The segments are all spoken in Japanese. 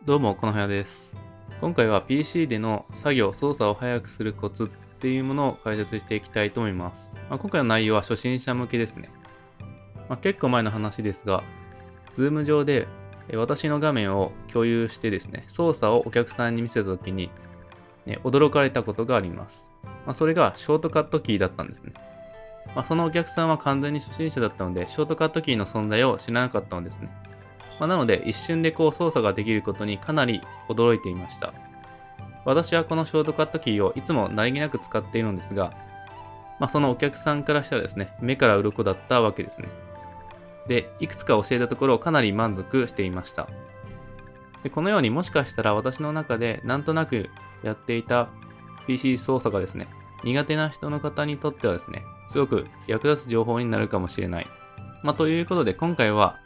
どうも、このはやです。今回は PC での作業、操作を早くするコツっていうものを解説していきたいと思います。今回の内容は初心者向けですね。結構前の話ですが、Zoom 上で私の画面を共有してですね、操作をお客さんに見せたときに、驚かれたことがあります。それがショートカットキーだったんですね。そのお客さんは完全に初心者だったので、ショートカットキーの存在を知らなかったのですね。なので、一瞬で操作ができることにかなり驚いていました。私はこのショートカットキーをいつも何気なく使っているのですが、そのお客さんからしたらですね、目から鱗だったわけですね。で、いくつか教えたところかなり満足していました。で、このようにもしかしたら私の中でなんとなくやっていた PC 操作がですね、苦手な人の方にとってはですね、すごく役立つ情報になるかもしれない。ということで今回は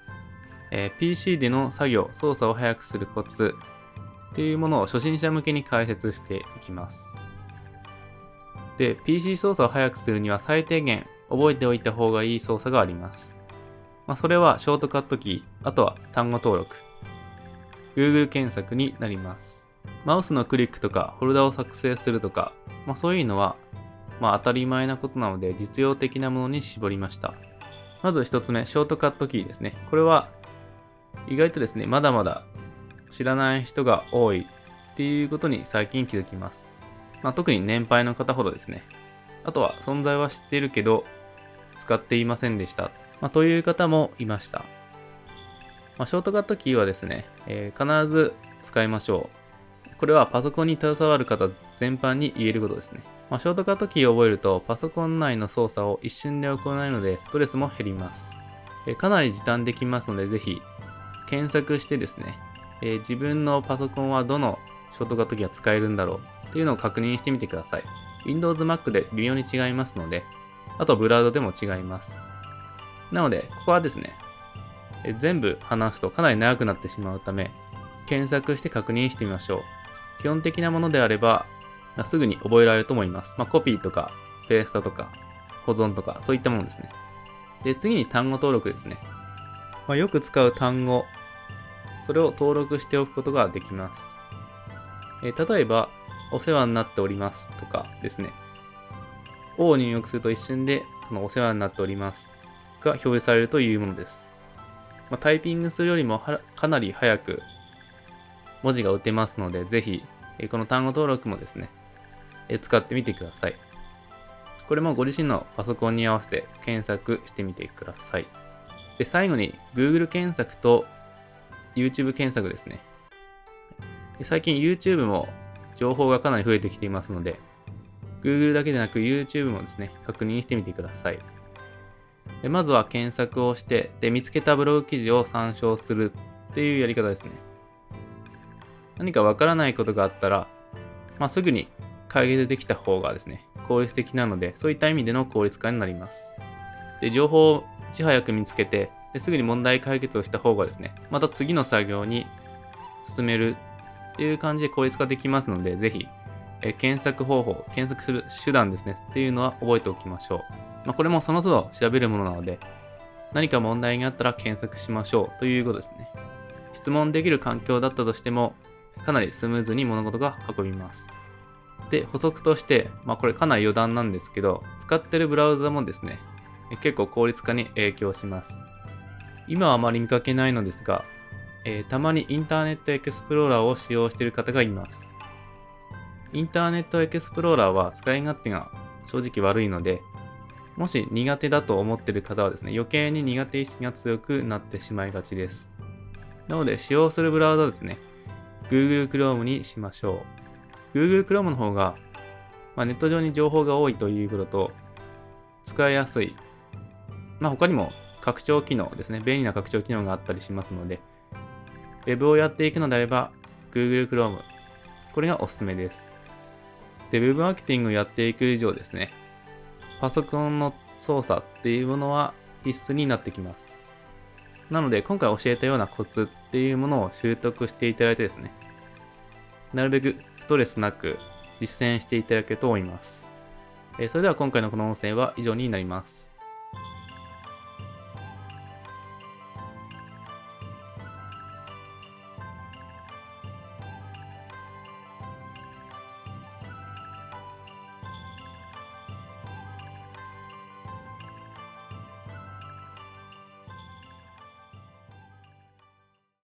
PC での作業、操作を早くするコツっていうものを初心者向けに解説していきます。で、PC 操作を早くするには最低限覚えておいた方がいい操作があります。それはショートカットキー、あとは単語登録、Google 検索になります。マウスのクリックとかフォルダを作成するとか、そういうのは当たり前なことなので実用的なものに絞りました。まず一つ目、ショートカットキーですね。これは意外とですね、まだまだ知らない人が多いっていうことに最近気づきます。特に年配の方ほどですね。あとは存在は知っているけど使っていませんでした。という方もいました。ショートカットキーはですね、必ず使いましょう。これはパソコンに携わる方全般に言えることですね。ショートカットキーを覚えるとパソコン内の操作を一瞬で行えるのでストレスも減ります。かなり時短できますのでぜひ検索してですね、自分のパソコンはどのショートカットキーが使えるんだろうっていうのを確認してみてください。Windows Mac で微妙に違いますので、あとブラウザでも違います。なので、ここはですね、全部話すとかなり長くなってしまうため、検索して確認してみましょう。基本的なものであれば、すぐに覚えられると思います。コピーとか、ペーストとか、保存とか、そういったものですね。で、次に単語登録ですね。よく使う単語、それを登録しておくことができます。例えば、お世話になっておりますとかですね。を入力すると一瞬で、そのお世話になっておりますが表示されるというものです。タイピングするよりもかなり早く文字が打てますので、ぜひ、この単語登録もですね、使ってみてください。これもご自身のパソコンに合わせて検索してみてください。で、最後に Google 検索と YouTube 検索ですね。最近 YouTube も情報がかなり増えてきていますので、Google だけでなく YouTube もですね、確認してみてください。で、まずは検索をして、で、見つけたブログ記事を参照するっていうやり方ですね。何かわからないことがあったら、すぐに解決できた方がですね、効率的なので、そういった意味での効率化になります。で、情報をいち早く見つけて、ですぐに問題解決をした方がですね、また次の作業に進めるっていう感じで効率化できますので、ぜひ、検索方法、検索する手段ですね、っていうのは覚えておきましょう。これもその都度調べるものなので、何か問題があったら検索しましょうということですね。質問できる環境だったとしても、かなりスムーズに物事が運びます。で、補足として、これかなり余談なんですけど、使ってるブラウザもですね、結構効率化に影響します。今はあまり見かけないのですが、たまにインターネットエクスプローラーを使用している方がいます。インターネットエクスプローラーは使い勝手が正直悪いので、もし苦手だと思っている方はですね、余計に苦手意識が強くなってしまいがちです。なので使用するブラウザですね、Google Chrome にしましょう。Google Chrome の方が、ネット上に情報が多いということと、使いやすい。他にも拡張機能ですね、便利な拡張機能があったりしますので、Web をやっていくのであれば、Google Chrome、これがおすすめです。で、Web マーケティングをやっていく以上ですね、パソコンの操作っていうものは必須になってきます。なので、今回教えたようなコツっていうものを習得していただいてですね、なるべくストレスなく実践していただけると思います。それでは今回のこの音声は以上になります。